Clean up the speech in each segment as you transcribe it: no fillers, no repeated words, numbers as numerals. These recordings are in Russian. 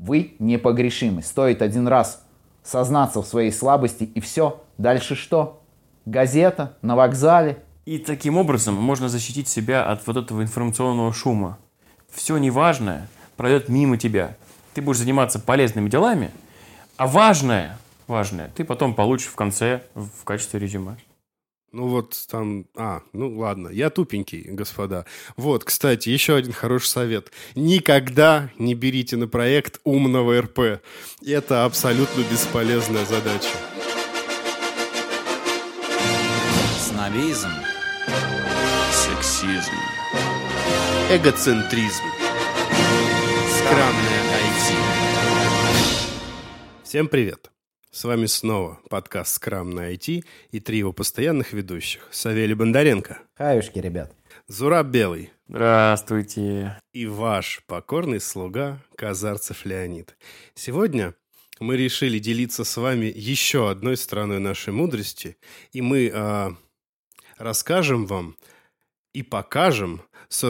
Вы непогрешимы. Стоит один раз сознаться в своей слабости, и все. Дальше что? Газета на вокзале. И таким образом можно защитить себя от вот этого информационного шума. Все неважное пройдет мимо тебя. Ты будешь заниматься полезными делами, а важное ты потом получишь в конце в качестве резюме. Ну вот там... ну ладно, я тупенький, господа. Вот, кстати, еще один хороший совет. Никогда не берите на проект умного РП. Это абсолютно бесполезная задача. Снобизм. Сексизм. Эгоцентризм. Скромное IT. Всем привет. С вами снова подкаст «Скромное IT» и три его постоянных ведущих. Савелий Бондаренко. Хаюшки, ребят. Зураб Белый. Здравствуйте. И ваш покорный слуга Казарцев Леонид. Сегодня мы решили делиться с вами еще одной стороной нашей мудрости. И мы расскажем вам и покажем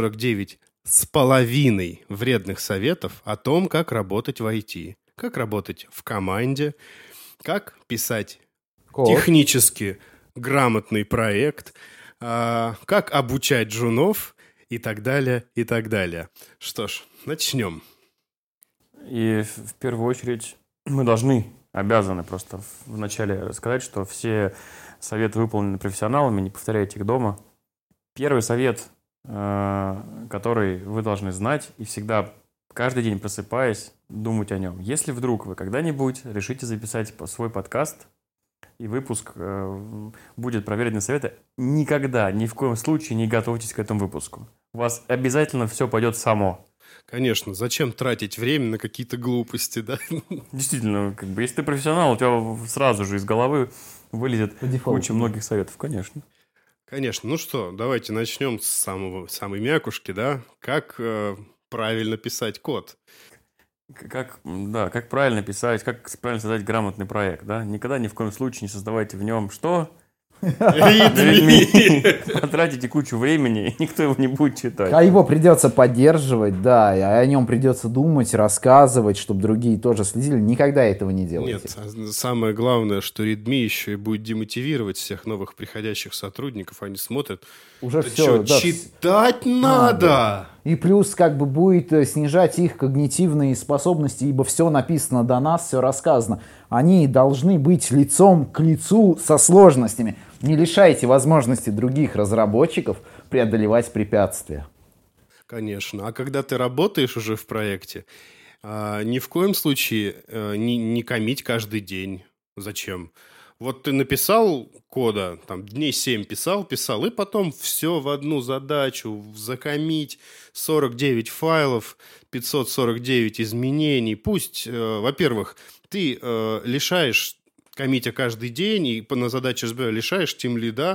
49,5 вредных советов о том, как работать в IT, как работать в команде, как писать технически грамотный проект, как обучать джунов и так далее, и так далее. Что ж, начнем. И в первую очередь мы обязаны просто вначале рассказать, что все советы выполнены профессионалами, не повторяйте их дома. Первый совет, который вы должны знать и всегда, каждый день просыпаясь, думать о нем. Если вдруг вы когда-нибудь решите записать свой подкаст, и выпуск будет про вредные советы, никогда, ни в коем случае не готовьтесь к этому выпуску. У вас обязательно все пойдет само. Конечно, зачем тратить время на какие-то глупости, да? Действительно, если ты профессионал, у тебя сразу же из головы вылезет куча многих советов, конечно. Конечно. Ну что, давайте начнем с самой мякушки, да? Как правильно писать код? Как правильно писать, как правильно создать грамотный проект, да? Никогда ни в коем случае не создавайте в нем что? Потратите кучу времени, и никто его не будет читать. А его придется поддерживать, да, и о нем придется думать, рассказывать, чтобы другие тоже следили. Никогда этого не делайте. Нет, самое главное, что Readme еще и будет демотивировать всех новых приходящих сотрудников. Они смотрят, уже все, что, читать надо! И плюс будет снижать их когнитивные способности, ибо все написано до нас, все рассказано. Они должны быть лицом к лицу со сложностями. Не лишайте возможности других разработчиков преодолевать препятствия. Конечно. А когда ты работаешь уже в проекте, ни в коем случае не коммить каждый день. Зачем? Вот ты написал кода, дней 7 писал, и потом все в одну задачу, закоммить 49 файлов, 549 изменений. Пусть, во-первых, ты лишаешь коммитя каждый день и на задаче разбира лишаешь тимлида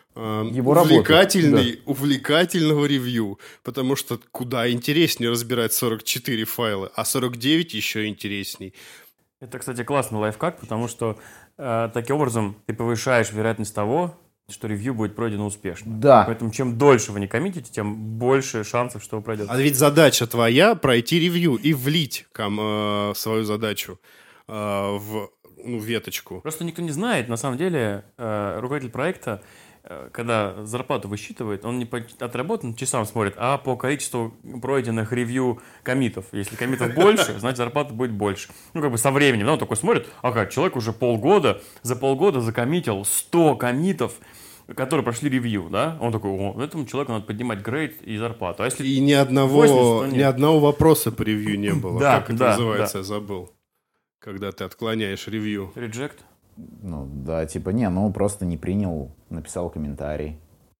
увлекательного ревью, потому что куда интереснее разбирать 44 файла, а 49 еще интересней. Это, кстати, классный лайфхак, потому что таким образом ты повышаешь вероятность того, что ревью будет пройдено успешно. Да. Поэтому чем дольше вы не коммитите, тем больше шансов, что вы пройдете. А ведь задача твоя пройти ревью и влить свою задачу в веточку. Просто никто не знает, на самом деле, руководитель проекта, когда зарплату высчитывает, он не по отработанным часам смотрит, а по количеству пройденных ревью коммитов. Если коммитов больше, значит зарплата будет больше. Со временем. Он такой смотрит, человек уже за полгода закоммитил 100 коммитов, которые прошли ревью, да? Он такой, этому человеку надо поднимать грейд и зарплату. А если и ни одного вопроса по ревью не было. Да, как это называется, я забыл. Когда ты отклоняешь ревью. Reject? Просто не принял, написал комментарий.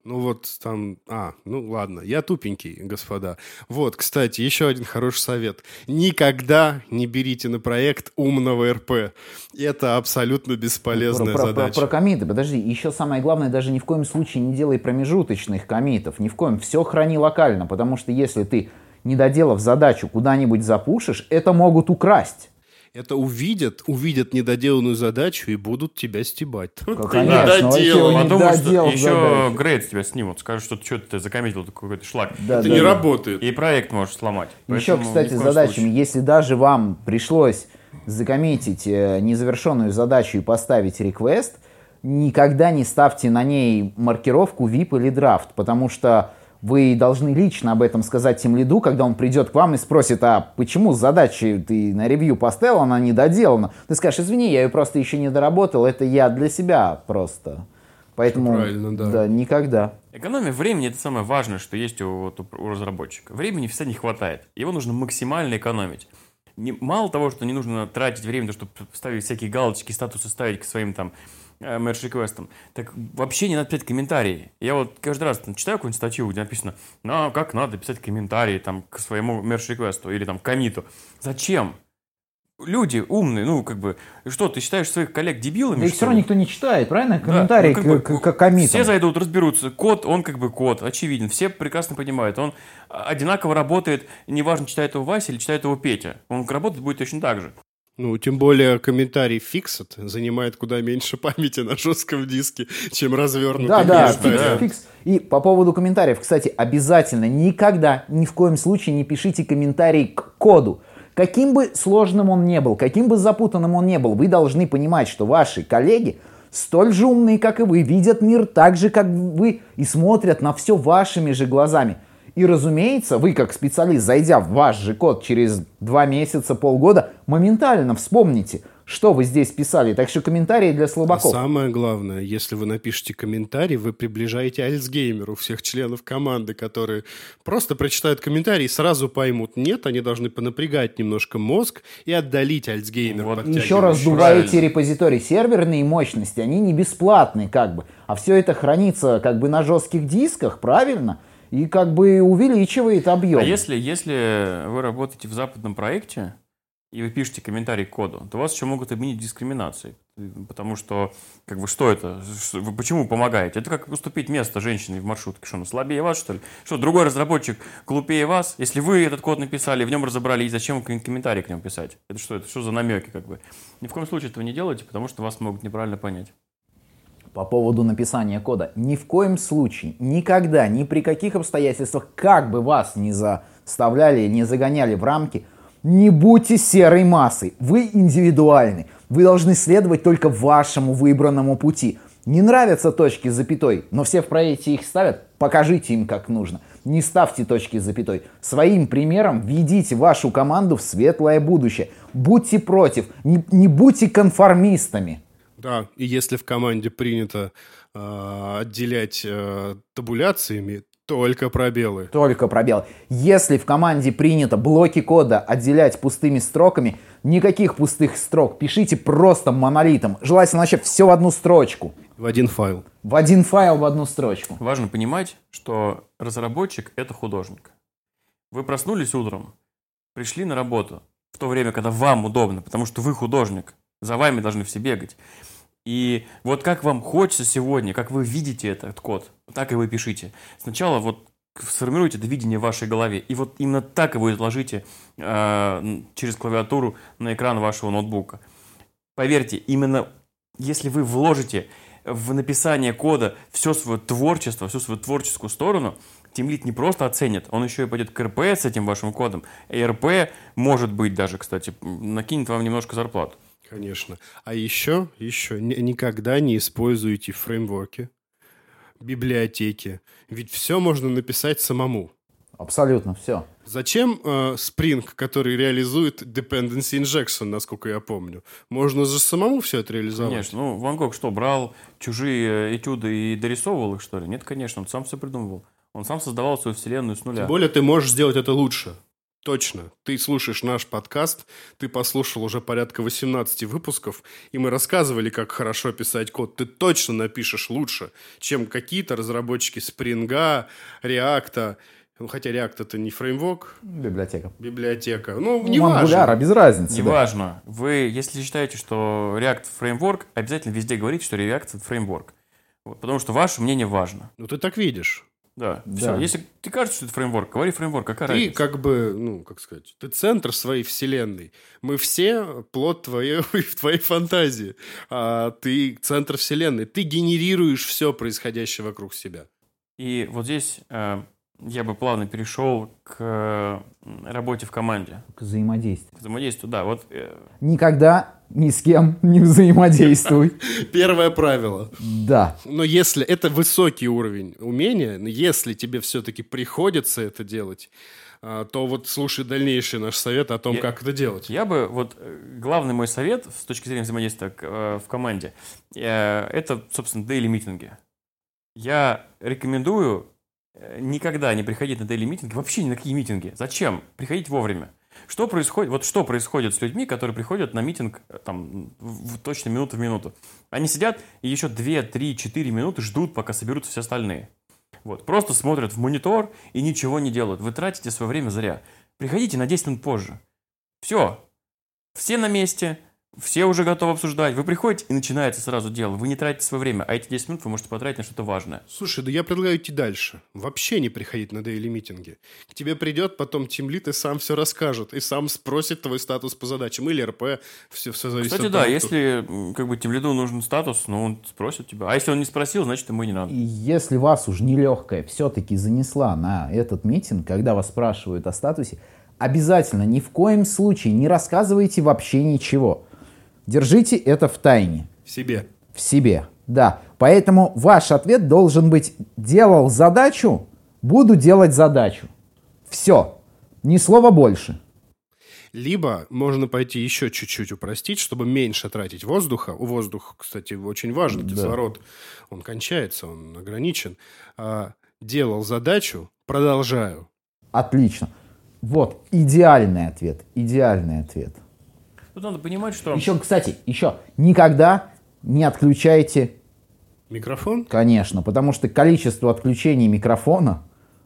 Ладно, я тупенький, господа. Вот, кстати, еще один хороший совет. Никогда не берите на проект умного РП. Это абсолютно бесполезная задача. Про коммиты, подожди, еще самое главное, даже ни в коем случае не делай промежуточных коммитов, все храни локально, потому что если ты, не доделав задачу, куда-нибудь запушишь, это могут украсть. Это увидят недоделанную задачу и будут тебя стебать. Конечно, вообще Подумал, что недоделал еще задачу. грейд тебя снимут, скажут, что ты закоммитил какой-то шлак. Да, Это да, не да. работает. И проект можешь сломать. Еще, Поэтому кстати, ни в с коем задачами, случае. если даже вам пришлось закоммитить незавершенную задачу и поставить реквест, никогда не ставьте на ней маркировку VIP или драфт, потому что вы должны лично об этом сказать тимлиду, когда он придет к вам и спросит, а почему задачу ты на ревью поставил, она не доделана? Ты скажешь, извини, я ее просто еще не доработал, это я для себя просто. Поэтому, правильно, да. никогда. Экономия времени – это самое важное, что есть у разработчика. Времени всегда не хватает. Его нужно максимально экономить. Мало того, что не нужно тратить время, чтобы ставить всякие галочки, статусы ставить к своим там мердж-реквестам, так вообще не надо писать комментарии. Я вот каждый раз читаю какую-нибудь статью, где написано, как надо писать комментарии там, к своему мердж-реквесту или там коммиту. Зачем? Люди умные, что, ты считаешь своих коллег дебилами? Да их что все равно ли? никто не читает, правильно? Да, Комментарии к коммитам. Все зайдут, разберутся. Код, он код, очевиден. Все прекрасно понимают. Он одинаково работает, неважно, читает его Вася или читает его Петя. Он работать будет точно так же. Тем более комментарий фиксит занимает куда меньше памяти на жестком диске, чем развернутый Да, фикс. И по поводу комментариев, кстати, обязательно никогда, ни в коем случае не пишите комментарий к коду. Каким бы сложным он ни был, каким бы запутанным он ни был, вы должны понимать, что ваши коллеги столь же умные, как и вы, видят мир так же, как вы, и смотрят на все вашими же глазами. И, разумеется, вы, как специалист, зайдя в ваш же код через 2 месяца, полгода, моментально вспомните, что вы здесь писали. Так что комментарии для слабаков. Самое главное, если вы напишете комментарий, вы приближаете Альцгеймеру всех членов команды, которые просто прочитают комментарий и сразу поймут. Нет, они должны понапрягать немножко мозг и отдалить Альцгеймер. Вот. Еще раздуваете репозиторий. Серверные мощности, они не бесплатные а все это хранится на жестких дисках, правильно? И увеличивает объем. А если вы работаете в западном проекте, и вы пишете комментарий к коду, то вас еще могут обвинить в дискриминации. Потому что, что это? Вы почему помогаете? Это как уступить место женщине в маршрутке. Что, она слабее вас, что ли? Что, другой разработчик глупее вас? Если вы этот код написали, в нем разобрались, зачем вы комментарий к нему писать? Это что за намеки, Ни в коем случае этого не делайте, потому что вас могут неправильно понять. По поводу написания кода. Ни в коем случае, никогда, ни при каких обстоятельствах, как бы вас ни заставляли, не загоняли в рамки, не будьте серой массой. Вы индивидуальны. Вы должны следовать только вашему выбранному пути. Не нравятся точки с запятой, но все в проекте их ставят, покажите им, как нужно. Не ставьте точки с запятой. Своим примером ведите вашу команду в светлое будущее. Будьте против, не будьте конформистами. Да, и если в команде принято отделять табуляциями, только пробелы. Только пробелы. Если в команде принято блоки кода отделять пустыми строками, никаких пустых строк. Пишите просто монолитом. Желательно вообще все в одну строчку. В один файл. В один файл в одну строчку. Важно понимать, что разработчик – это художник. Вы проснулись утром, пришли на работу в то время, когда вам удобно, потому что вы художник. За вами должны все бегать. И вот как вам хочется сегодня, как вы видите этот код, так и вы пишите. Сначала сформируйте это видение в вашей голове. И вот именно так его изложите через клавиатуру на экран вашего ноутбука. Поверьте, именно если вы вложите в написание кода все свое творчество, всю свою творческую сторону, тимлид не просто оценит, он еще и пойдет к РП с этим вашим кодом. И РП, может быть даже, кстати, накинет вам немножко зарплату. Конечно. А еще никогда не используйте фреймворки, библиотеки. Ведь все можно написать самому. Абсолютно все. Зачем Spring, который реализует dependency injection, насколько я помню? Можно же самому все это реализовать. Конечно. Ван Гог что, брал чужие этюды и дорисовывал их, что ли? Нет, конечно, он сам все придумывал. Он сам создавал свою вселенную с нуля. Тем более ты можешь сделать это лучше. Точно. Ты слушаешь наш подкаст, ты послушал уже порядка 18 выпусков, и мы рассказывали, как хорошо писать код. Ты точно напишешь лучше, чем какие-то разработчики Spring, React. Хотя React это не фреймворк. Библиотека. Не важно. Angular, без разницы. Не важно. Вы, если считаете, что React фреймворк, обязательно везде говорите, что React это фреймворк. Потому что ваше мнение важно. Ты так видишь. Да, Да. все. Если ты кажется, что это фреймворк, говори фреймворк, какая Ты разница? как бы, как сказать, ты центр своей вселенной. Мы все плод твоей фантазии. А ты центр вселенной. Ты генерируешь все происходящее вокруг себя. И вот здесь я бы плавно перешел к работе в команде, К взаимодействию. к взаимодействию. Да, вот Никогда ни с кем не взаимодействуй. Первое правило. Да. Но если это высокий уровень умения, но если тебе все-таки приходится это делать, то вот слушай дальнейший наш совет о том, как это делать. я бы, вот главный мой совет с точки зрения взаимодействия в команде, это, собственно, дейли-митинги. Я рекомендую никогда не приходить на дейли-митинги, вообще ни на какие митинги. Зачем? Приходить вовремя. Что происходит? Вот что происходит с людьми, которые приходят на митинг там, точно минуту в минуту? Они сидят и еще 2, 3, 4 минуты ждут, пока соберутся все остальные. Вот. Просто смотрят в монитор и ничего не делают. Вы тратите свое время зря. Приходите на 10 минут позже. Все. Все на месте. Все уже готовы обсуждать. Вы приходите и начинаете сразу дело. Вы не тратите свое время, а эти 10 минут вы можете потратить на что-то важное. Слушай, да я предлагаю идти дальше. Вообще не приходить на дейли-митинги. К тебе придет потом тимлид и сам все расскажет. И сам спросит твой статус по задачам. Или РП. Все зависит Кстати, от да, того, если как бы тимлиду нужен статус, ну, он спросит тебя. А если он не спросил, значит, ему и не надо. И если вас уж нелегкая все-таки занесла на этот митинг, когда вас спрашивают о статусе, обязательно ни в коем случае не рассказывайте вообще ничего. Держите это в тайне, в себе. в себе. Да, поэтому ваш ответ должен быть: делал задачу, буду делать задачу. Все, ни слова больше. Либо можно пойти еще чуть-чуть упростить, чтобы меньше тратить воздуха. У воздуха, кстати, очень важен кислород. Он кончается, он ограничен. Делал задачу, продолжаю. Отлично. Вот, идеальный ответ, идеальный ответ. Тут надо понимать, что... Еще, кстати, никогда не отключайте, Микрофон? конечно, потому что количество отключений микрофона...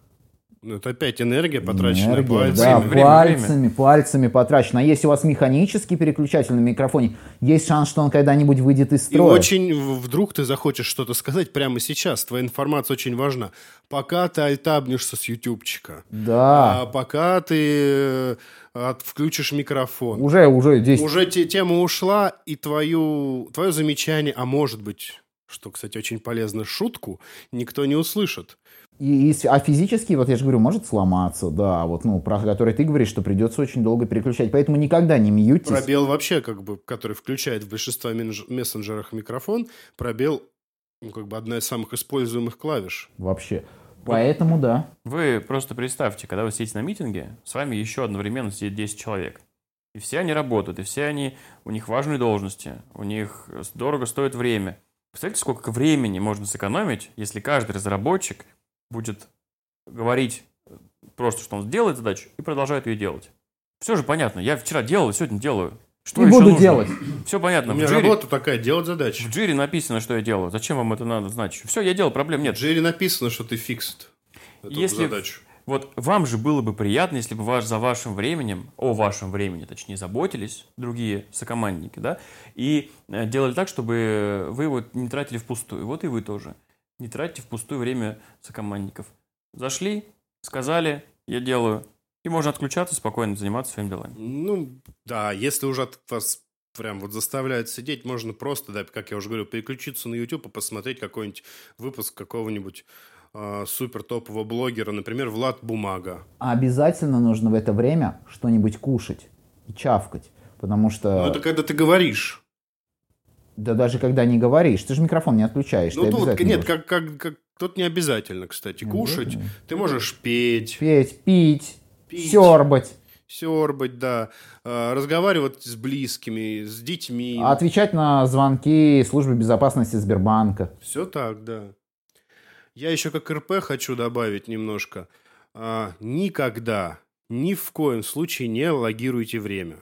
Ну, это опять энергия, потраченная энергия, пальцами. да, пальцами потрачена. А если у вас механический переключатель на микрофоне, есть шанс, что он когда-нибудь выйдет из И строя. очень вдруг ты захочешь что-то сказать прямо сейчас. Твоя информация очень важна. Пока ты альтабнешься с ютубчика. Да. Пока ты включишь микрофон. Уже здесь... Уже тема ушла, и твое замечание, а может быть, что, кстати, очень полезно, шутку, никто не услышит. А физически, вот я же говорю, может сломаться, да, вот, про который ты говоришь, что придется очень долго переключать. Поэтому никогда не мьютесь. Пробел вообще, который включает в большинстве мессенджерах микрофон, пробел, одна из самых используемых клавиш. Вообще. Поэтому да. Вы просто представьте, когда вы сидите на митинге, с вами еще одновременно сидит 10 человек. И все они работают, и все они, у них важные должности, у них дорого стоит время. Представляете, сколько времени можно сэкономить, если каждый разработчик будет говорить просто, что он сделает задачу и продолжает ее делать. Все же понятно. Я вчера делал, сегодня делаю. Что И еще буду нужно? делать. Все понятно. У меня работа такая, делать задачи. В джире написано, что я делаю. Зачем вам это надо знать? Все, я делал, проблем нет. В джире написано, что ты фиксит эту задачу. Вот вам же было бы приятно, если бы о вашем времени, точнее, заботились другие сокомандники, да, и делали так, чтобы вы его не тратили впустую. Вот и вы тоже. Не тратьте впустую время сокомандников. Зашли, сказали, я делаю, и можно отключаться, спокойно заниматься своими делами. Ну, да, если уже от вас прям вот заставляют сидеть, можно просто, да, как я уже говорил, переключиться на YouTube и посмотреть какой-нибудь выпуск какого-нибудь супер топового блогера, например, Влад Бумага. А обязательно нужно в это время что-нибудь кушать и чавкать, потому что... Ну, это когда ты говоришь. Да даже когда не говоришь, ты же микрофон не отключаешь. Ну, тут, нет, будешь. тут не обязательно, кстати, кушать. Ты можешь петь. Петь, пить, сёрбать. Сёрбать, да. Разговаривать с близкими, с детьми. Отвечать на звонки службы безопасности Сбербанка. Все так, да. Я еще как РП хочу добавить немножко. Никогда, ни в коем случае не логируйте время.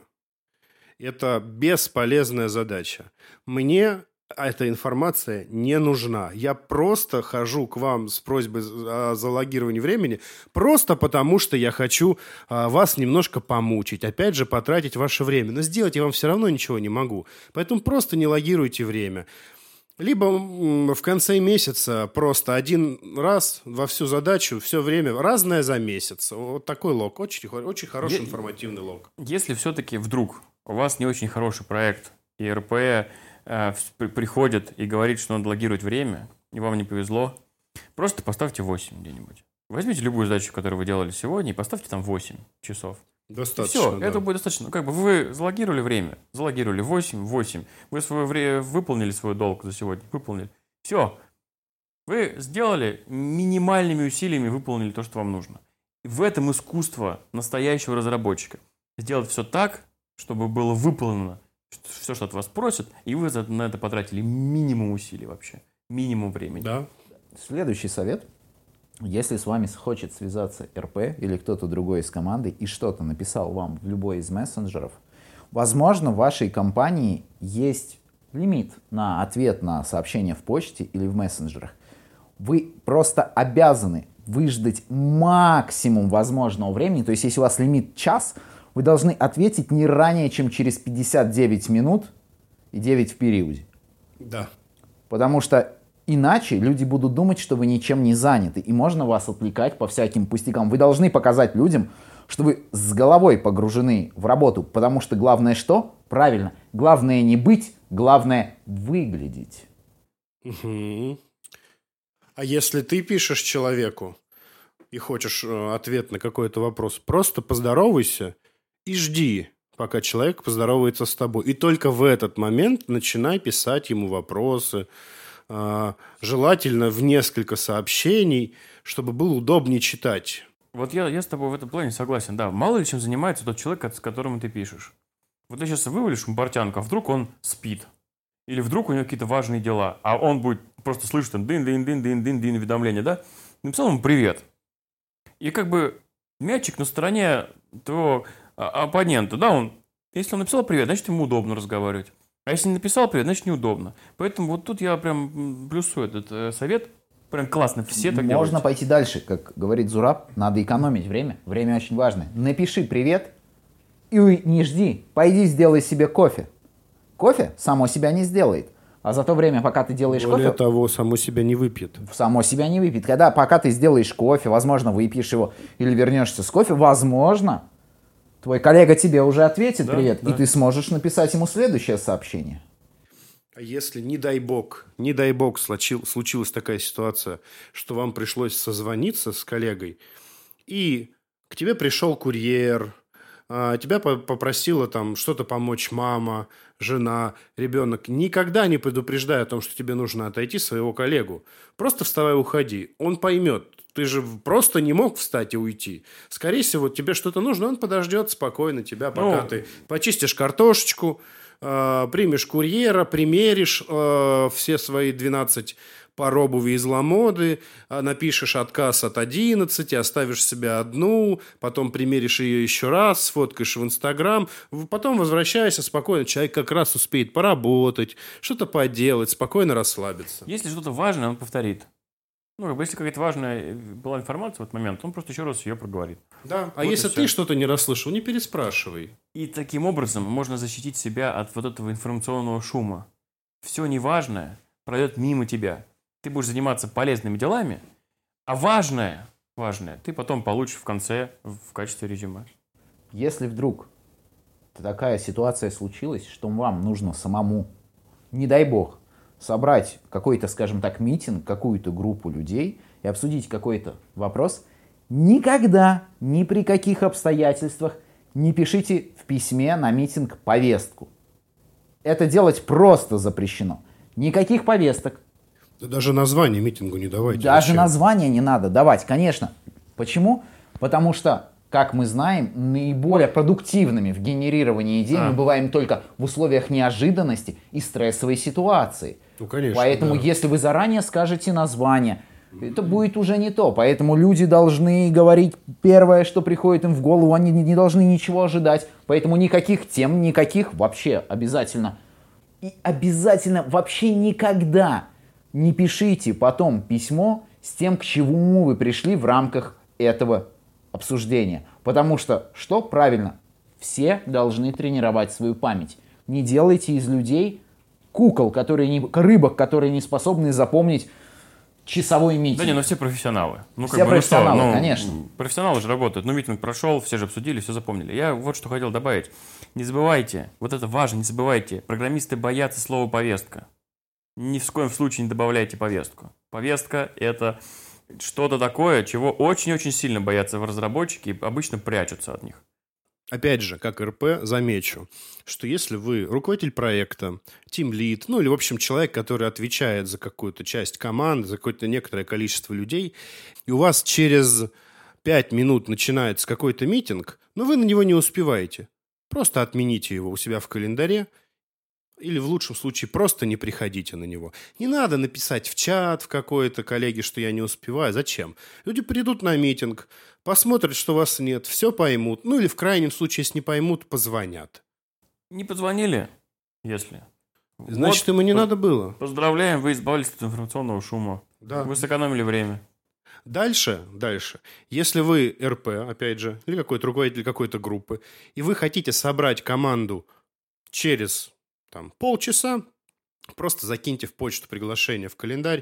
Это бесполезная задача. Мне эта информация не нужна. Я просто хожу к вам с просьбой о залогировании времени, просто потому что я хочу вас немножко помучить, опять же потратить ваше время. Но сделать я вам все равно ничего не могу. Поэтому просто не логируйте время. Либо в конце месяца просто один раз во всю задачу, все время, разное за месяц. Вот такой лог. Очень, очень хороший информативный лог. Если все-таки вдруг у вас не очень хороший проект, и РП приходит и говорит, что надо логировать время, и вам не повезло, просто поставьте 8 где-нибудь. Возьмите любую задачу, которую вы делали сегодня, и поставьте там 8 часов. Достаточно, Все, да. это будет достаточно. Ну, как бы вы залогировали время, залогировали 8. Вы выполнили свой долг за сегодня, выполнили. Все. Вы сделали минимальными усилиями, выполнили то, что вам нужно. И в этом искусство настоящего разработчика. Сделать все так, чтобы было выполнено все, что от вас просят, и вы на это потратили минимум усилий вообще, минимум времени. Да. Следующий совет. Если с вами хочет связаться РП или кто-то другой из команды и что-то написал вам в любой из мессенджеров, возможно, в вашей компании есть лимит на ответ на сообщение в почте или в мессенджерах. Вы просто обязаны выждать максимум возможного времени. То есть, если у вас лимит час, вы должны ответить не ранее, чем через 59 минут и 9 в периоде. Да. Потому что иначе люди будут думать, что вы ничем не заняты, и можно вас отвлекать по всяким пустякам. Вы должны показать людям, что вы с головой погружены в работу, потому что главное что? Правильно, главное не быть, главное выглядеть. Угу. А если ты пишешь человеку и хочешь ответ на какой-то вопрос, просто поздоровайся и жди, пока человек поздоровается с тобой. И только в этот момент начинай писать ему вопросы, желательно в несколько сообщений, чтобы было удобнее читать. Вот я с тобой в этом плане согласен, да. Мало ли чем занимается тот человек, с которым ты пишешь. Вот ты сейчас вывалишь ему портянку, а вдруг он спит. Или вдруг у него какие-то важные дела, а он будет просто слышать там дын-дын-дын-дын-дын-дын уведомление, да? Написал ему «привет». И как бы мячик на стороне твоего оппонента, да, если он написал «привет», значит, ему удобно разговаривать. А если не написал «привет», значит, неудобно. Поэтому вот тут я прям плюсую этот совет. Прям классно, все так делают. Можно пойти дальше, как говорит Зураб, надо экономить время. Время очень важное. Напиши «привет» и не жди. Пойди сделай себе кофе. Кофе само себя не сделает. А за то время, пока ты делаешь Более кофе... того, само себя не выпьет. Само себя не выпьет. Пока ты сделаешь кофе, возможно, выпьешь его или вернешься с кофе, возможно, твой коллега тебе уже ответит «привет», да. и ты сможешь написать ему следующее сообщение. А если, не дай бог, случилась такая ситуация, что вам пришлось созвониться с коллегой, и к тебе пришел курьер, тебя попросила там что-то помочь мама, жена, ребенок, никогда не предупреждай о том, что тебе нужно отойти своего коллегу. Просто вставай и уходи. Он поймет. Ты же просто не мог встать и уйти. Скорее всего, тебе что-то нужно, он подождет спокойно тебя, пока ты почистишь картошечку, примешь курьера, примеришь все свои 12 пар обуви из Ламоды, напишешь отказ от 11, оставишь себя одну, потом примеришь ее еще раз, сфоткаешь в Инстаграм, потом возвращайся спокойно. Человек как раз успеет поработать, что-то поделать, спокойно расслабиться. Если что-то важное, он повторит. Если какая-то важная была информация в этот момент, он просто еще раз ее проговорит. Да. А Вот если и ты всё. что-то не расслышал, не переспрашивай. И таким образом можно защитить себя от вот этого информационного шума. Все неважное пройдет мимо тебя. Ты будешь заниматься полезными делами, а важное ты потом получишь в конце в качестве резюме. Если вдруг такая ситуация случилась, что вам нужно самому, не дай бог, собрать какой-то, скажем так, митинг, какую-то группу людей и обсудить какой-то вопрос, никогда, ни при каких обстоятельствах не пишите в письме на митинг повестку. Это делать просто запрещено. Никаких повесток. Да даже название митингу не давайте. Даже Зачем? название не надо давать, конечно. Почему? Потому что, как мы знаем, наиболее продуктивными в генерировании идей мы бываем только в условиях неожиданности и стрессовой ситуации. Ну, конечно. Поэтому, да. если вы заранее скажете название, это будет уже не то. Поэтому люди должны говорить первое, что приходит им в голову, они не должны ничего ожидать. Поэтому никаких тем, никаких вообще обязательно. И обязательно вообще никогда не пишите потом письмо с тем, к чему вы пришли в рамках этого обсуждения. Потому что, что правильно, все должны тренировать свою память. Не делайте из людей кукол, рыбок, которые не способны запомнить часовой митинг. Да не, все профессионалы. Все профессионалы, конечно. Профессионалы же работают. Митинг прошел, все же обсудили, все запомнили. Я вот что хотел добавить. Не забывайте, вот это важно, не забывайте, программисты боятся слова «повестка». Ни в коем случае не добавляйте повестку. Повестка – это что-то такое, чего очень-очень сильно боятся разработчики и обычно прячутся от них. Опять же, как РП, замечу, что если вы руководитель проекта, тимлид, или, в общем, человек, который отвечает за какую-то часть команды, за какое-то некоторое количество людей, и у вас через 5 минут начинается какой-то митинг, но вы на него не успеваете, просто отмените его у себя в календаре, или в лучшем случае просто не приходите на него. Не надо написать в чат в какой-то коллеге, что я не успеваю. Зачем? Люди придут на митинг, посмотрят, что вас нет, все поймут. Или в крайнем случае, если не поймут, позвонят. Не позвонили, если? Значит, ему не надо было. Поздравляем, вы избавились от информационного шума. Да. Вы сэкономили время. Дальше. Если вы РП, опять же, или какой-то руководитель какой-то группы, и вы хотите собрать команду через полчаса, просто закиньте в почту приглашение в календарь.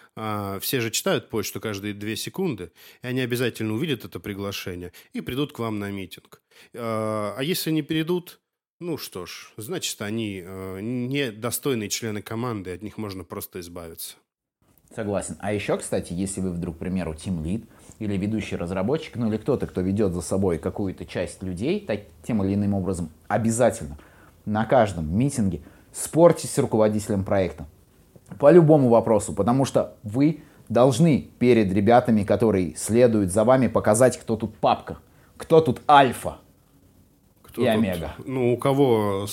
Все же читают почту каждые 2 секунды, и они обязательно увидят это приглашение и придут к вам на митинг. А если не придут, что ж, значит, они недостойные члены команды, от них можно просто избавиться. Согласен. А еще, кстати, если вы вдруг, к примеру, тимлид или ведущий разработчик, или кто-то, кто ведет за собой какую-то часть людей, тем или иным образом, обязательно на каждом митинге спорьте с руководителем проекта по любому вопросу, потому что вы должны перед ребятами, которые следуют за вами, показать, кто тут папка, кто тут альфа и омега. У кого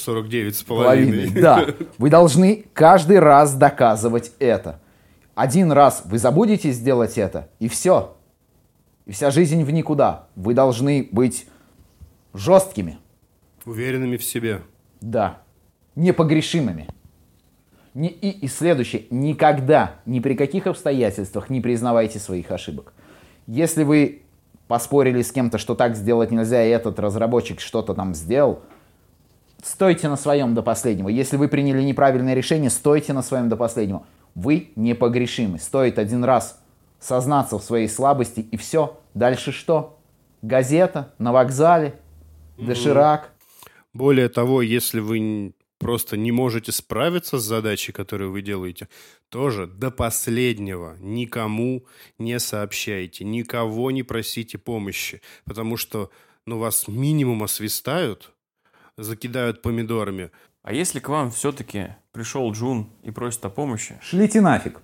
49,5. Да, вы должны каждый раз доказывать это. Один раз вы забудете сделать это, и все. И вся жизнь в никуда. Вы должны быть жесткими. Уверенными в себе. Да, непогрешимыми. И следующее. Никогда, ни при каких обстоятельствах не признавайте своих ошибок. Если вы поспорили с кем-то, что так сделать нельзя, и этот разработчик что-то там сделал, стойте на своем до последнего. Если вы приняли неправильное решение, стойте на своем до последнего. Вы непогрешимы. Стоит один раз сознаться в своей слабости, и все. Дальше что? Газета на вокзале, доширак. Более того, если вы просто не можете справиться с задачей, которую вы делаете, тоже до последнего никому не сообщайте, никого не просите помощи, потому что вас минимум освистают, закидают помидорами. А если к вам все-таки пришел Джун и просит о помощи, шлите нафиг,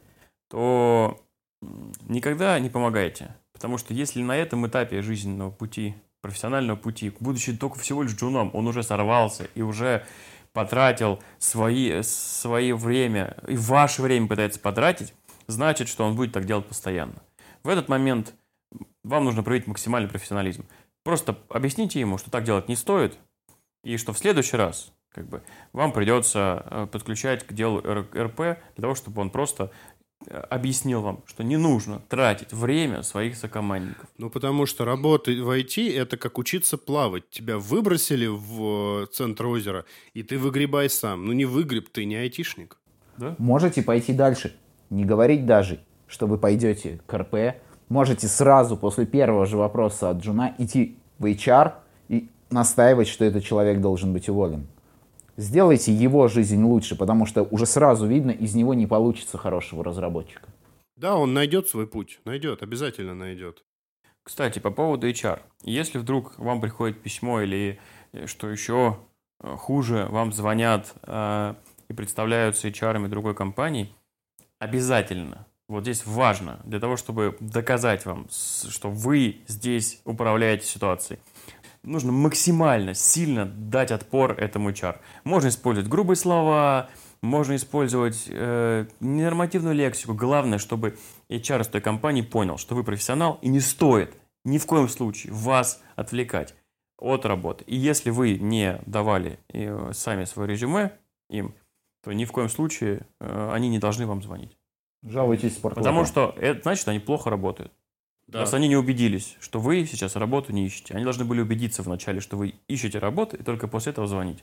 то никогда не помогайте. Потому что если на этом этапе жизненного пути, профессионального пути, будучи только всего лишь джуном, он уже сорвался и уже потратил свое время, и ваше время пытается потратить, значит, что он будет так делать постоянно. В этот момент вам нужно проявить максимальный профессионализм. Просто объясните ему, что так делать не стоит, и что в следующий раз вам придется подключать к делу РП для того, чтобы он просто объяснил вам, что не нужно тратить время своих сокомандников. Потому что работа в IT – это как учиться плавать. Тебя выбросили в центр озера, и ты выгребай сам. Не выгреб, ты не айтишник. Да? Можете пойти дальше. Не говорить даже, что вы пойдете к РП. Можете сразу после первого же вопроса от Джуна идти в HR и настаивать, что этот человек должен быть уволен. Сделайте его жизнь лучше, потому что уже сразу видно, из него не получится хорошего разработчика. Да, он найдет свой путь. Обязательно найдет. Кстати, по поводу HR. Если вдруг вам приходит письмо или, что еще хуже, вам звонят и представляются HR-ами другой компании, обязательно, вот здесь важно, для того, чтобы доказать вам, что вы здесь управляете ситуацией, нужно максимально сильно дать отпор этому HR. Можно использовать грубые слова, можно использовать ненормативную лексику. Главное, чтобы HR из той компании понял, что вы профессионал, и не стоит ни в коем случае вас отвлекать от работы. И если вы не давали сами свое резюме им, то ни в коем случае они не должны вам звонить. Жалуйтесь в спортлото. Потому что это значит, они плохо работают. Да. Раз они не убедились, что вы сейчас работу не ищете. Они должны были убедиться вначале, что вы ищете работу, и только после этого звонить.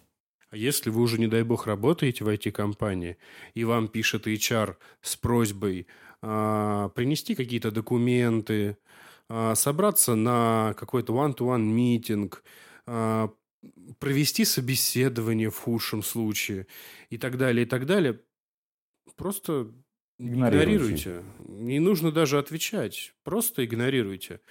А если вы уже, не дай бог, работаете в IT-компании, и вам пишет HR с просьбой принести какие-то документы, собраться на какой-то one-to-one митинг, а, провести собеседование в худшем случае и так далее, просто Игнорируйте. игнорируйте. Не нужно даже отвечать, просто игнорируйте.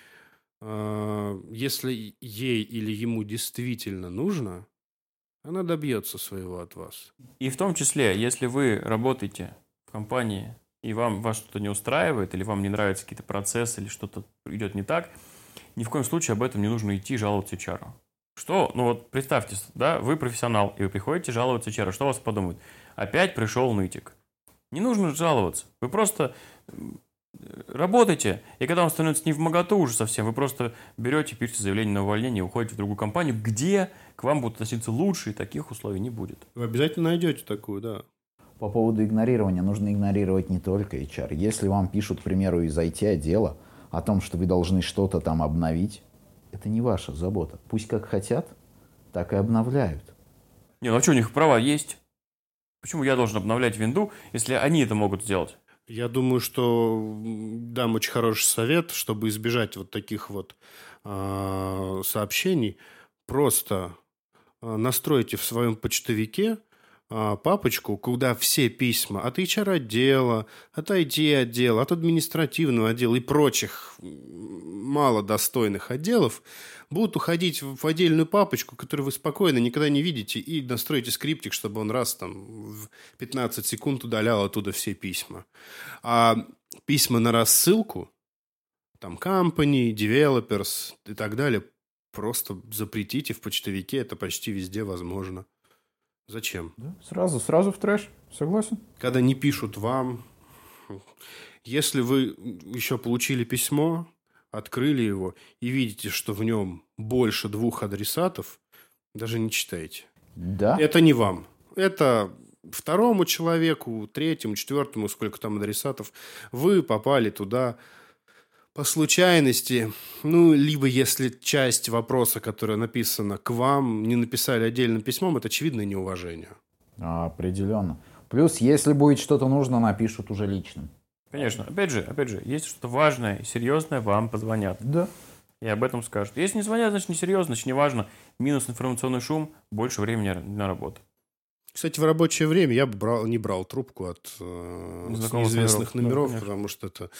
Если ей или ему действительно нужно, она добьется своего от вас. И в том числе, если вы работаете в компании, и вас что-то не устраивает, или вам не нравятся какие-то процессы, или что-то идет не так, ни в коем случае об этом не нужно идти жаловаться HR. Что? Ну вот представьте, да, вы профессионал, и вы приходите жаловаться HR. Что у вас подумают? Опять пришел нытик. Не нужно жаловаться. Вы просто работаете, и когда вам становится не вмоготу уже совсем, вы просто берете, пишете заявление на увольнение и уходите в другую компанию, где к вам будут относиться лучше, и таких условий не будет. Вы обязательно найдете такую, да. По поводу игнорирования, нужно игнорировать не только HR. Если вам пишут, к примеру, из IT-отдела о том, что вы должны что-то там обновить, это не ваша забота. Пусть как хотят, так и обновляют. Не, ну а что, у них права есть? Почему я должен обновлять винду, если они это могут сделать? Я думаю, что дам очень хороший совет, чтобы избежать вот таких вот сообщений. Просто настройте в своем почтовике папочку, куда все письма от HR-отдела, от IT-отдела, от административного отдела и прочих малодостойных отделов будут уходить в отдельную папочку, которую вы спокойно никогда не видите, и настроите скриптик, чтобы он раз там в 15 секунд удалял оттуда все письма. А письма на рассылку, там company, developers и так далее, просто запретите в почтовике, это почти везде возможно. Зачем? Да? Сразу в трэш. Согласен? Когда не пишут вам, если вы еще получили письмо, открыли его и видите, что в нем больше 2 адресатов, даже не читайте. Да. Это не вам. Это второму человеку, третьему, четвертому, сколько там адресатов. Вы попали туда по случайности. Ну, либо если часть вопроса, которая написана к вам, не написали отдельным письмом, это очевидное неуважение. Определенно. Плюс, если будет что-то нужно, напишут уже личным. Конечно. Опять же, если что-то важное и серьезное, вам позвонят. Да. И об этом скажут. Если не звонят, значит несерьезно, значит неважно. Минус информационный шум, больше времени на работу. Кстати, в рабочее время я бы не брал трубку от неизвестных номеров, да, потому что это...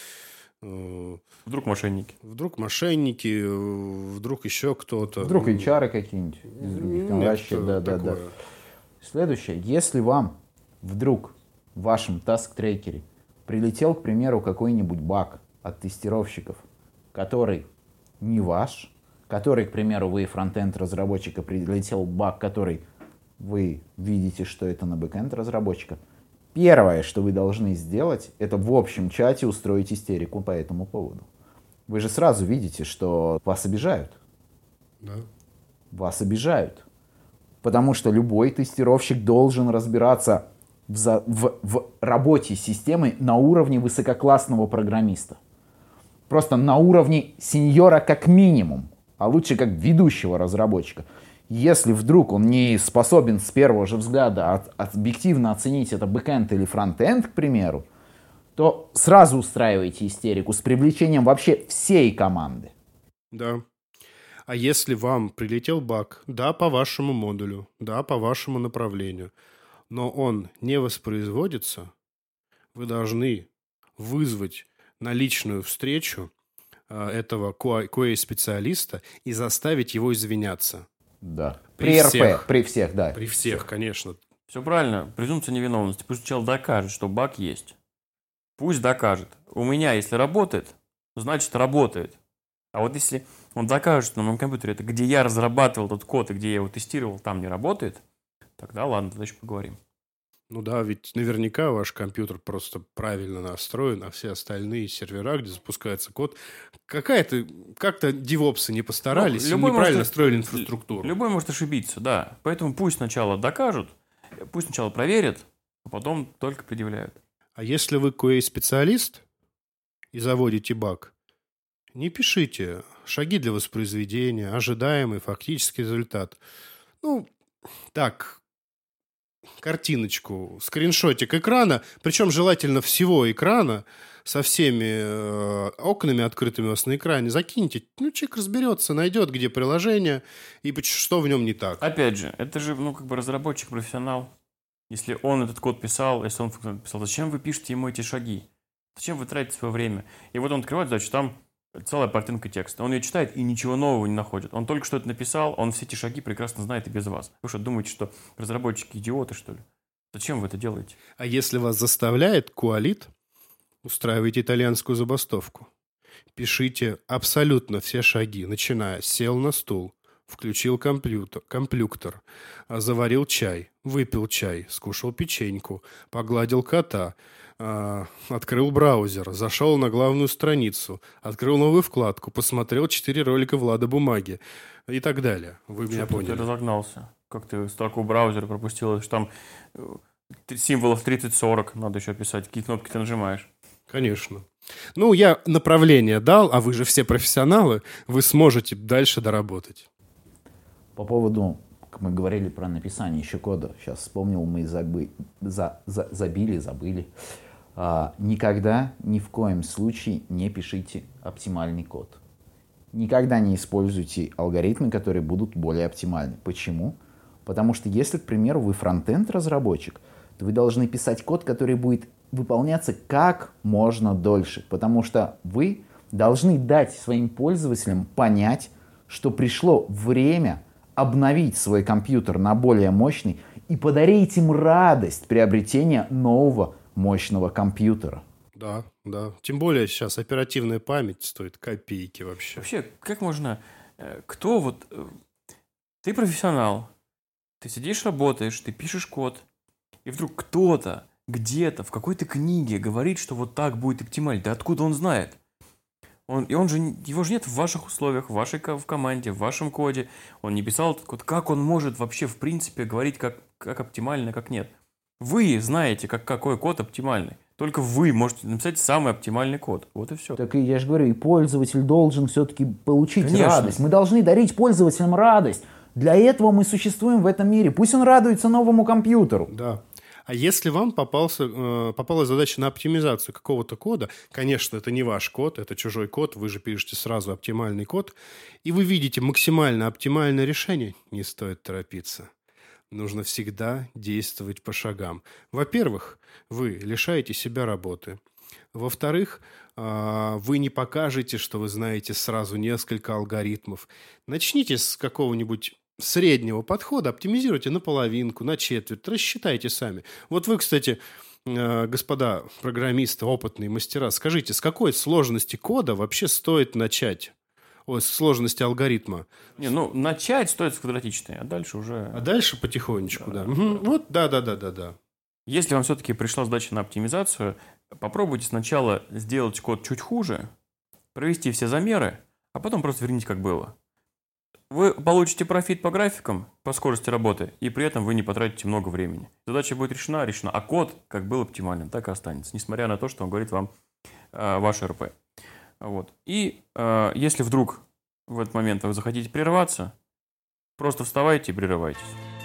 Вдруг мошенники. Вдруг мошенники, вдруг еще кто-то. Вдруг HR какие-нибудь из других. Там вообще, да. Следующее. Если вам вдруг в вашем таск-трекере прилетел, к примеру, какой-нибудь баг от тестировщиков, который не ваш, который, к примеру, вы фронтенд разработчика, прилетел баг, который вы видите, что это на бэкенд разработчика, первое, что вы должны сделать, это в общем чате устроить истерику по этому поводу. Вы же сразу видите, что вас обижают. Да. Вас обижают. Потому что любой тестировщик должен разбираться в работе системы на уровне высококлассного программиста. Просто на уровне сеньора как минимум, а лучше как ведущего разработчика. Если вдруг он не способен с первого же взгляда объективно оценить это бэкэнд или фронтенд, к примеру, то сразу устраивайте истерику с привлечением вообще всей команды. Да. А если вам прилетел баг, да, по вашему модулю, да, по вашему направлению, но он не воспроизводится, вы должны вызвать на личную встречу этого QA-специалиста и заставить его извиняться. Да. При РП, всех. при всех, да. При всех, конечно. Все правильно. Презумпция невиновности. Пусть сначала докажет, что баг есть. Пусть докажет. У меня, если работает, значит работает. А вот если он докажет, что на моем компьютере, это где я разрабатывал этот код и где я его тестировал, там не работает, тогда ладно, тогда еще поговорим. Ну да, ведь наверняка ваш компьютер просто правильно настроен, а все остальные сервера, где запускается код, как-то девопсы не постарались и неправильно строили инфраструктуру. Любой может ошибиться, да. Поэтому пусть сначала докажут, пусть сначала проверят, а потом только предъявляют. А если вы QA-специалист и заводите баг, не пишите шаги для воспроизведения, ожидаемый фактический результат. Ну, так, картиночку, скриншотик экрана, причем желательно всего экрана, со всеми окнами открытыми у вас на экране, закиньте. Ну, человек разберется, найдет, где приложение и что в нем не так. Опять же, это же, разработчик, профессионал. Если он этот код писал, если он писал, зачем вы пишете ему эти шаги? Зачем вы тратите свое время? И вот он открывает задачу, там целая картинка текста. Он ее читает и ничего нового не находит. Он только что это написал, он все эти шаги прекрасно знает и без вас. Вы что, думаете, что разработчики идиоты, что ли? Зачем вы это делаете? А если вас заставляет Куалит, устраивайте итальянскую забастовку. Пишите абсолютно все шаги, начиная сел на стул, включил компьютер, заварил чай, выпил чай, скушал печеньку, погладил кота, открыл браузер, зашел на главную страницу, открыл новую вкладку, посмотрел 4 ролика Влада Бумаги и так далее. Вы меня поняли. Ты разогнался. Как ты строку браузера пропустил, что там символов 30-40 надо еще писать, какие кнопки ты нажимаешь. Конечно. Ну, я направление дал, а вы же все профессионалы, вы сможете дальше доработать. По поводу, как мы говорили про написание еще кода, сейчас вспомнил, мы забыли. Никогда, ни в коем случае не пишите оптимальный код. Никогда не используйте алгоритмы, которые будут более оптимальны. Почему? Потому что если, к примеру, вы фронтенд-разработчик, то вы должны писать код, который будет выполняться как можно дольше. Потому что вы должны дать своим пользователям понять, что пришло время обновить свой компьютер на более мощный и подарить им радость приобретения нового мощного компьютера. Да, да. Тем более сейчас оперативная память стоит копейки вообще. Вообще, как можно... Ты профессионал, ты сидишь, работаешь, ты пишешь код, и вдруг кто-то где-то в какой-то книге говорит, что вот так будет оптимально. Да откуда он знает? Его же нет в ваших условиях, в команде, в вашем коде. Он не писал этот код. Как он может вообще, в принципе, говорить, как оптимально, как нет? Вы знаете, какой код оптимальный. Только вы можете написать самый оптимальный код. Вот и все. Так и я же говорю, и пользователь должен все-таки получить Конечно. радость. Мы должны дарить пользователям радость. Для этого мы существуем в этом мире. Пусть он радуется новому компьютеру. Да. А если вам попалась задача на оптимизацию какого-то кода, конечно, это не ваш код, это чужой код, вы же пишете сразу оптимальный код, и вы видите максимально оптимальное решение, не стоит торопиться. Нужно всегда действовать по шагам. Во-первых, вы лишаете себя работы. Во-вторых, вы не покажете, что вы знаете сразу несколько алгоритмов. Начните с какого-нибудь среднего подхода, оптимизируйте на половинку, на четверть, рассчитайте сами. Вот вы, кстати, господа программисты, опытные мастера, скажите, с какой сложности кода вообще стоит начать? С сложности алгоритма. Начать стоит с квадратичной, а дальше уже... А дальше потихонечку, да. Угу. Вот, да. Если вам все-таки пришла задача на оптимизацию, попробуйте сначала сделать код чуть хуже, провести все замеры, а потом просто верните, как было. Вы получите профит по графикам, по скорости работы, и при этом вы не потратите много времени. Задача будет решена, а код, как был оптимален, так и останется, несмотря на то, что он говорит вам ваш РП. Вот. И если вдруг в этот момент вы захотите прерваться, просто вставайте и прерывайтесь.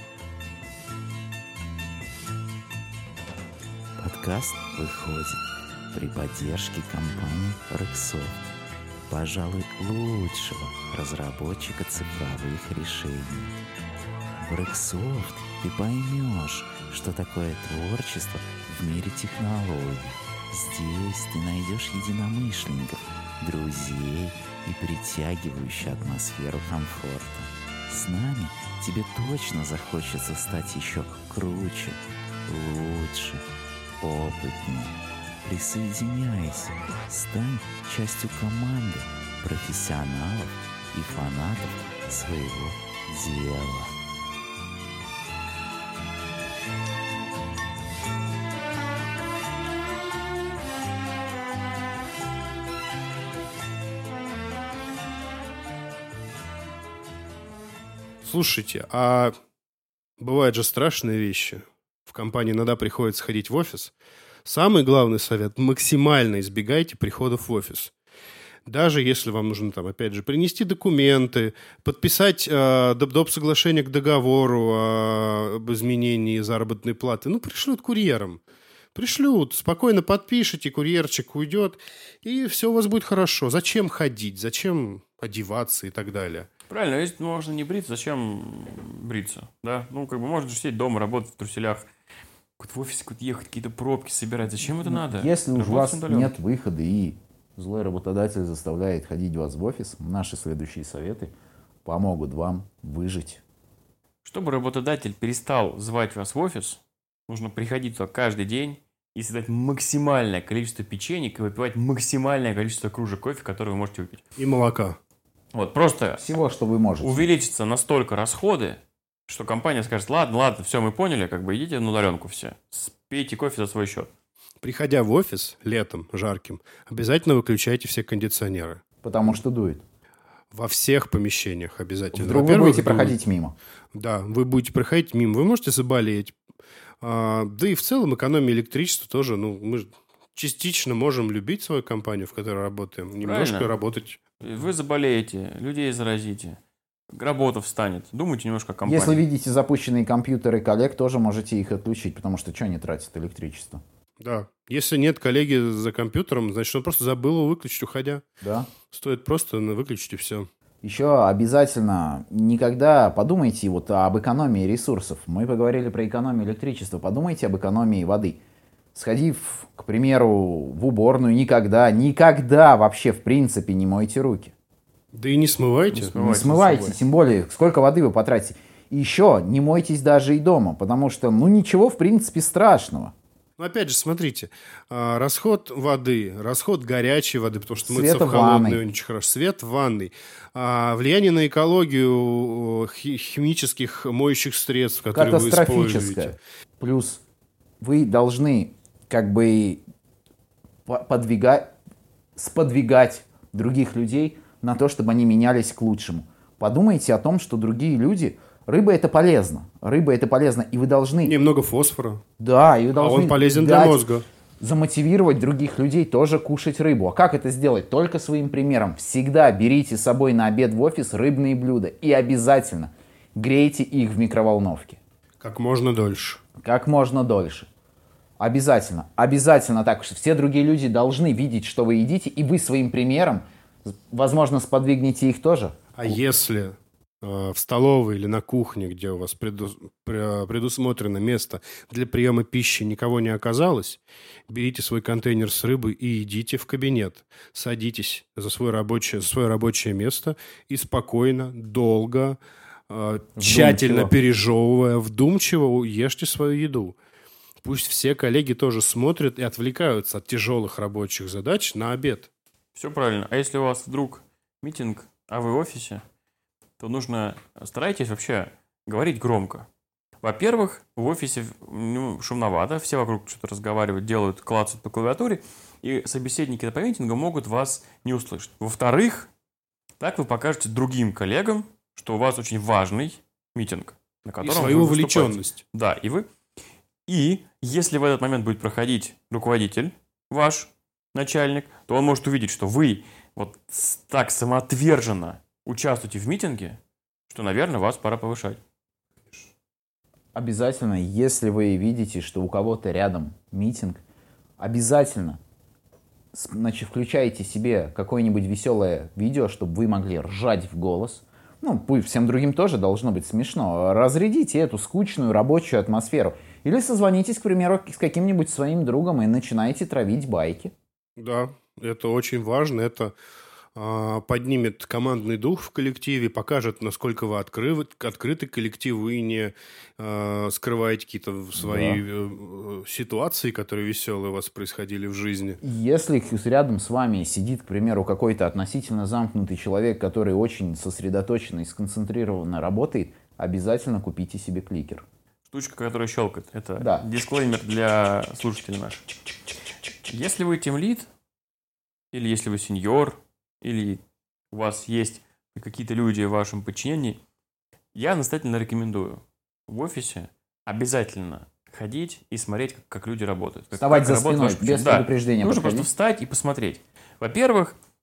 Подкаст выходит при поддержке компании Rexsoft, пожалуй, лучшего разработчика цифровых решений. В Rexsoft ты поймешь, что такое творчество в мире технологий. Здесь ты найдешь единомышленников, друзей и притягивающую атмосферу комфорта. С нами тебе точно захочется стать еще круче, лучше, опытнее. Присоединяйся, стань частью команды профессионалов и фанатов своего дела. Слушайте, а бывают же страшные вещи. В компании иногда приходится ходить в офис. Самый главный совет – максимально избегайте приходов в офис. Даже если вам нужно, там, опять же, принести документы, подписать доп. Соглашение к договору об изменении заработной платы, пришлют курьером. Пришлют, спокойно подпишите, курьерчик уйдет, и все у вас будет хорошо. Зачем ходить, зачем одеваться и так далее? Правильно, если можно не бриться, зачем бриться, да? Можно же сидеть дома, работать в труселях, в офис ехать, какие-то пробки собирать. Зачем это надо? Если у вас удаленно. нет выхода и злой работодатель заставляет ходить вас в офис, наши следующие советы помогут вам выжить. Чтобы работодатель перестал звать вас в офис, нужно приходить туда каждый день и съедать максимальное количество печенек и выпивать максимальное количество кружек кофе, которые вы можете выпить. И молока. Вот, просто Всего, что вы можете. увеличатся настолько расходы, что компания скажет: ладно, все, мы поняли, идите на удаленку все, пейте кофе за свой счет. Приходя в офис летом жарким, обязательно выключайте все кондиционеры. Потому что дует. Во всех помещениях обязательно. Вдруг вы Во-первых, будете проходить мимо. Да, вы будете проходить мимо, вы можете заболеть. Да и в целом экономия электричества тоже, мы частично можем любить свою компанию, в которой работаем, немножко Правильно. работать. Вы заболеете, людей заразите, работа встанет. Думайте немножко о компании. Если видите запущенные компьютеры коллег, тоже можете их отключить, потому что они тратят электричество? Да. Если нет коллеги за компьютером, значит, он просто забыл его выключить, уходя. Да. Стоит просто выключить и все. Еще обязательно никогда подумайте об экономии ресурсов. Мы поговорили про экономию электричества. Подумайте об экономии воды. Сходив, к примеру, в уборную, никогда вообще в принципе не мойте руки. Да и не смывайте. Не смывайте, тем более, сколько воды вы потратите. И еще не мойтесь даже и дома, потому что, ничего в принципе страшного. Опять же, смотрите, расход воды, расход горячей воды, потому что мыться Света в в холодной ванной. очень хорошо, свет в ванной, влияние на экологию химических моющих средств, которые вы используете. Катастрофическое. Плюс вы должны сподвигать других людей на то, чтобы они менялись к лучшему. Подумайте о том, что другие люди... Рыба это полезно, и вы должны... Немного фосфора. Да, и вы должны Он полезен для мозга. замотивировать других людей тоже кушать рыбу. А как это сделать? Только своим примером. Всегда берите с собой на обед в офис рыбные блюда и обязательно грейте их в микроволновке. Как можно дольше. Как можно дольше. Обязательно. Обязательно так. Все другие люди должны видеть, что вы едите, и вы своим примером, возможно, сподвигнете их тоже. А если в столовой или на кухне, где у вас предусмотрено место для приема пищи, никого не оказалось, берите свой контейнер с рыбой и идите в кабинет. Садитесь за свое рабочее место и спокойно, долго, тщательно пережевывая, вдумчиво ешьте свою еду. Пусть все коллеги тоже смотрят и отвлекаются от тяжелых рабочих задач на обед. Все правильно. А если у вас вдруг митинг, а вы в офисе, то старайтесь вообще говорить громко. Во-первых, в офисе шумновато, все вокруг что-то разговаривают, делают, клацают по клавиатуре, и собеседники по митингу могут вас не услышать. Во-вторых, так вы покажете другим коллегам, что у вас очень важный митинг, на котором И свою вы выступаете. вовлеченность. Да, и вы. И если в этот момент будет проходить руководитель, ваш начальник, то он может увидеть, что вы так самоотверженно участвуйте в митинге, что, наверное, вас пора повышать. Обязательно, если вы видите, что у кого-то рядом митинг, обязательно включайте себе какое-нибудь веселое видео, чтобы вы могли ржать в голос. Пусть всем другим тоже должно быть смешно. Разрядите эту скучную рабочую атмосферу. Или созвонитесь, к примеру, с каким-нибудь своим другом и начинайте травить байки. Да, это очень важно. Это поднимет командный дух в коллективе, покажет, насколько вы открыты к коллективу и не скрываете какие-то свои ситуации, которые веселые у вас происходили в жизни. Если рядом с вами сидит, к примеру, какой-то относительно замкнутый человек, который очень сосредоточенно и сконцентрированно работает, обязательно купите себе кликер. Штучка, которая щелкает. Это дисклеймер для слушателей наших. Если вы тимлид, или если вы сеньор, или у вас есть какие-то люди в вашем подчинении, я настоятельно рекомендую в офисе обязательно ходить и смотреть, как люди работают. Вставать за спиной, без предупреждения. Нужно просто встать и посмотреть. Во-первых,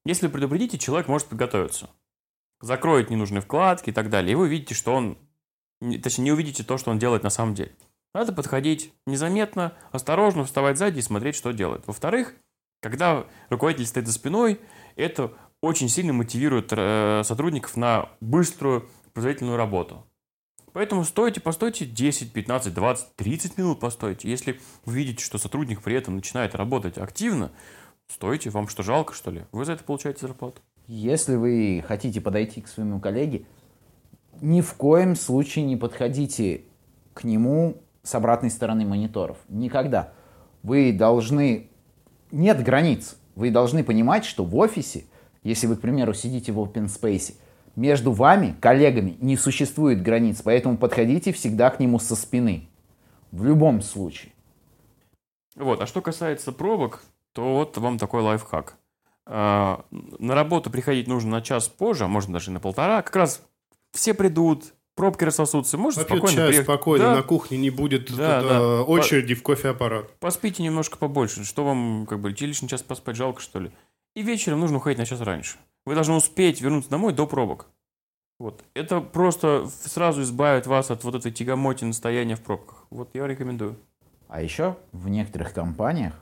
Если вы предупредите, человек может подготовиться. Закроет ненужные вкладки и так далее. И вы увидите, что он... Точнее, не увидите то, что он делает на самом деле. Надо подходить незаметно, осторожно, вставать сзади и смотреть, что делает. Во-вторых, когда руководитель стоит за спиной, это очень сильно мотивирует сотрудников на быструю, производительную работу. Поэтому постойте 10, 15, 20, 30 минут постойте. Если вы видите, что сотрудник при этом начинает работать активно, стойте. Вам что, жалко, что ли? Вы за это получаете зарплату. Если вы хотите подойти к своему коллеге, ни в коем случае не подходите к нему с обратной стороны мониторов. Никогда. Вы должны... Нет границ. Вы должны понимать, что в офисе, если вы, к примеру, сидите в open space, между вами, коллегами, не существует границ, поэтому подходите всегда к нему со спины. В любом случае. Вот. А что касается пробок, то вот вам такой лайфхак. На работу приходить нужно на час позже, а можно даже и на 1,5. Как раз все придут, пробки рассосутся, можно Попьют спокойно чай, приехать. спокойно, Да. на кухне не будет Да. очереди в кофеаппарат. Поспите немножко побольше. Что вам, лишний час поспать жалко, что ли? И вечером нужно уходить на час раньше. Вы должны успеть вернуться домой до пробок. Вот. Это просто сразу избавит вас от вот этой тягомотины стояния в пробках. Вот я рекомендую. А еще в некоторых компаниях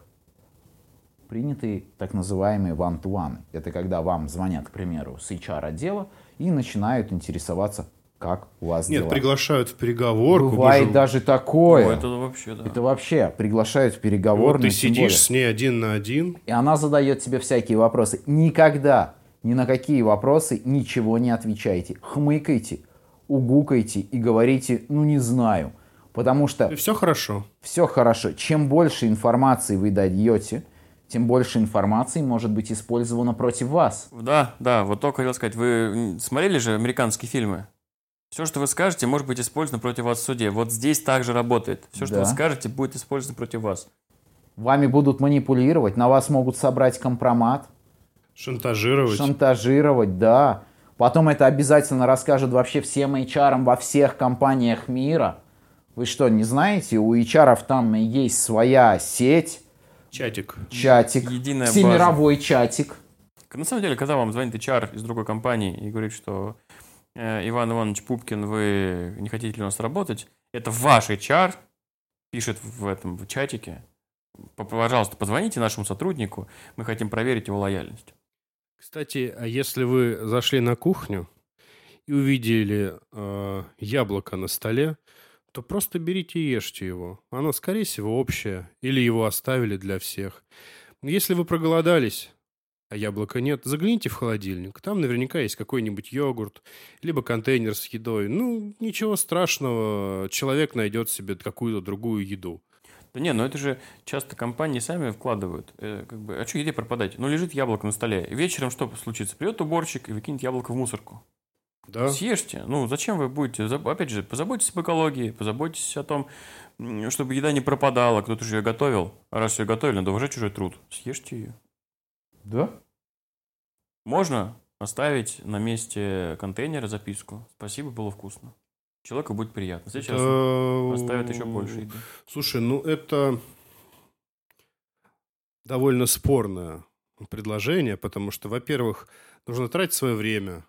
приняты так называемые one-to-one. Это когда вам звонят, к примеру, с HR-отдела и начинают интересоваться, как у вас Нет, дела. приглашают в переговорку. Бывает даже такое. Ну, это вообще, да. Это вообще приглашают в Вот переговорную. ты тем более. сидишь с ней один на один. И она задает тебе всякие вопросы. Никогда ни на какие вопросы ничего не отвечайте. Хмыкайте, угукайте и говорите, ну не знаю. Потому что И все хорошо. все хорошо. Чем больше информации вы даете, тем больше информации может быть использовано против вас. Да, вот только хотел сказать. Вы смотрели же американские фильмы? Все, что вы скажете, может быть использовано против вас в суде. Вот здесь также работает. Все, что Да. вы скажете, будет использовано против вас. Вами будут манипулировать, на вас могут собрать компромат, Шантажировать. да. Потом это обязательно расскажут вообще всем HR во всех компаниях мира. Вы что, не знаете? У HR там есть своя сеть, Чатик. чатик, Единая база. всемировой чатик. На самом деле, когда вам звонит HR из другой компании и говорит, что Иван Иванович Пупкин, вы не хотите ли у нас работать, это ваш HR пишет в чатике, пожалуйста, позвоните нашему сотруднику, мы хотим проверить его лояльность. Кстати, а если вы зашли на кухню и увидели яблоко на столе, то просто берите и ешьте его. Оно, скорее всего, общее. Или его оставили для всех. Если вы проголодались, а яблока нет, загляните в холодильник. Там наверняка есть какой-нибудь йогурт, либо контейнер с едой. Ну, ничего страшного. Человек найдет себе какую-то другую еду. Да не, это же часто компании сами вкладывают. А что еде пропадать? Лежит яблоко на столе. Вечером что случится? Придет уборщик и выкинет яблоко в мусорку. Да? Съешьте. Зачем вы будете? Опять же, позаботьтесь об экологии, позаботьтесь о том, чтобы еда не пропадала. Кто-то же ее готовил. А раз ее готовили, надо уважать чужой труд. Съешьте ее. Да? Можно оставить на месте контейнера записку. Спасибо, было вкусно. Человеку будет приятно. Сейчас оставят еще больше еды. Слушай, это довольно спорное предложение, потому что, во-первых, нужно тратить свое время,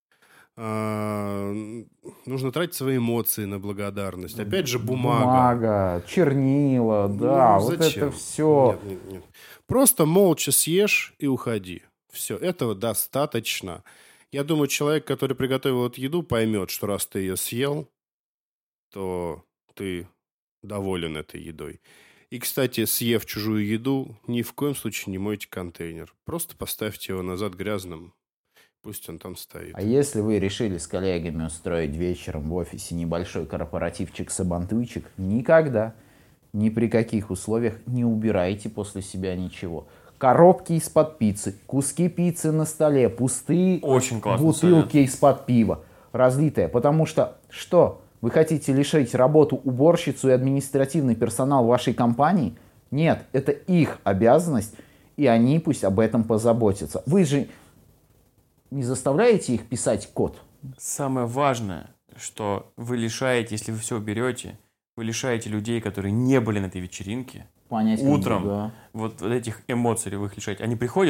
нужно тратить свои эмоции на благодарность. Опять же, бумага. Чернила, да, вот зачем? это все. Нет. Просто молча съешь и уходи. Все, этого достаточно. Я думаю, человек, который приготовил эту еду, поймет, что раз ты ее съел, то ты доволен этой едой. И, кстати, съев чужую еду, ни в коем случае не мойте контейнер. Просто поставьте его назад грязным. Пусть он там стоит. А если вы решили с коллегами устроить вечером в офисе небольшой корпоративчик-сабантуйчик, никогда, ни при каких условиях не убирайте после себя ничего. Коробки из-под пиццы, куски пиццы на столе, пустые Очень классный бутылки из-под пива, разлитые. Потому что, что, вы хотите лишить работу уборщицу и административный персонал вашей компании? Нет, это их обязанность, и они пусть об этом позаботятся. Вы же не заставляете их писать код? Самое важное, что вы лишаете, если вы все уберете, вы лишаете людей, которые не были на этой вечеринке, Понять, утром, да. вот этих эмоций вы их лишаете. Они приходят,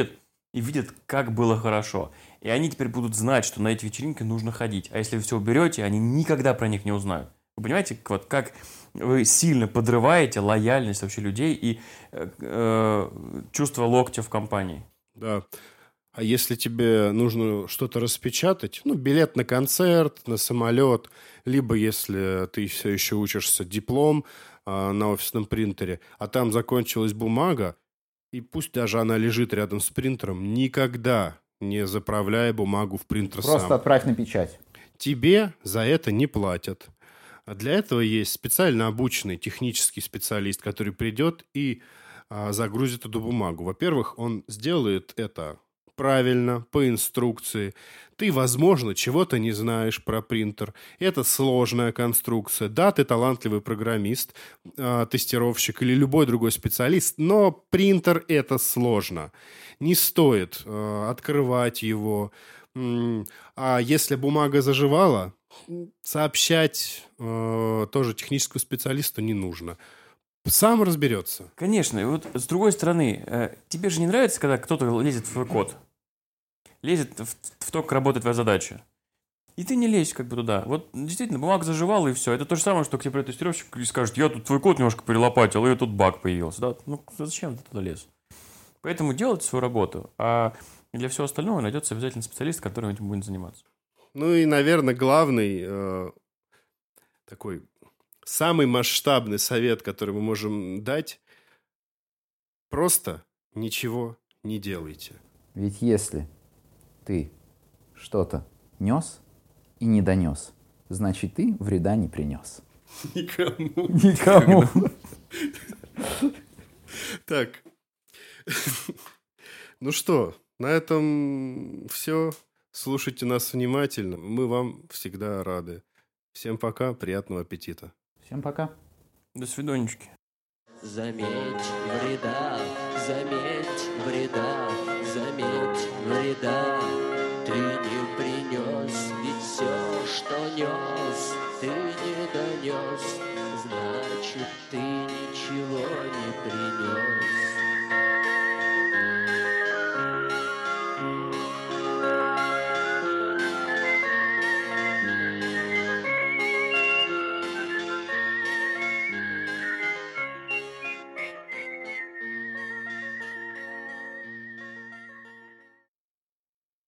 и видят, как было хорошо. И они теперь будут знать, что на эти вечеринки нужно ходить. А если вы все уберете, они никогда про них не узнают. Вы понимаете, вот как вы сильно подрываете лояльность вообще людей и чувство локтя в компании. Да. А если тебе нужно что-то распечатать, билет на концерт, на самолет, либо если ты все еще учишься, диплом на офисном принтере, а там закончилась бумага, и пусть даже она лежит рядом с принтером, никогда не заправляй бумагу в принтер сам. Просто отправь на печать. Тебе за это не платят. А для этого есть специально обученный технический специалист, который придет и загрузит эту бумагу. Во-первых, он сделает это правильно, по инструкции. Ты, возможно, чего-то не знаешь про принтер. Это сложная конструкция. Да, ты талантливый программист, тестировщик или любой другой специалист, но принтер – это сложно. Не стоит открывать его. А если бумага заживала, сообщать тоже техническому специалисту не нужно. Сам разберется. Конечно. И вот с другой стороны, тебе же не нравится, когда кто-то лезет в твой код? Лезет в то, как работает твоя задача. И ты не лезь как бы туда. Вот действительно, бумага заживала, и все. Это то же самое, что к тебе придет тестировщик и скажет: я тут твой код немножко перелопатил, и тут баг появился. Да? Ну, зачем ты туда лез? Поэтому делайте свою работу. А для всего остального найдется обязательно специалист, который этим будет заниматься. Ну и, наверное, главный такой самый масштабный совет, который мы можем дать: просто ничего не делайте. Ведь если ты что-то нес и не донес, значит, ты вреда не принес. Никому. Никому. Так. Ну что, на этом все. Слушайте нас внимательно. Мы вам всегда рады. Всем пока, приятного аппетита. Всем пока. До свидонечки. Заметь вреда, заметь вреда. Ты не принес, ведь все, что нес, ты не донес, значит, ты ничего не принес.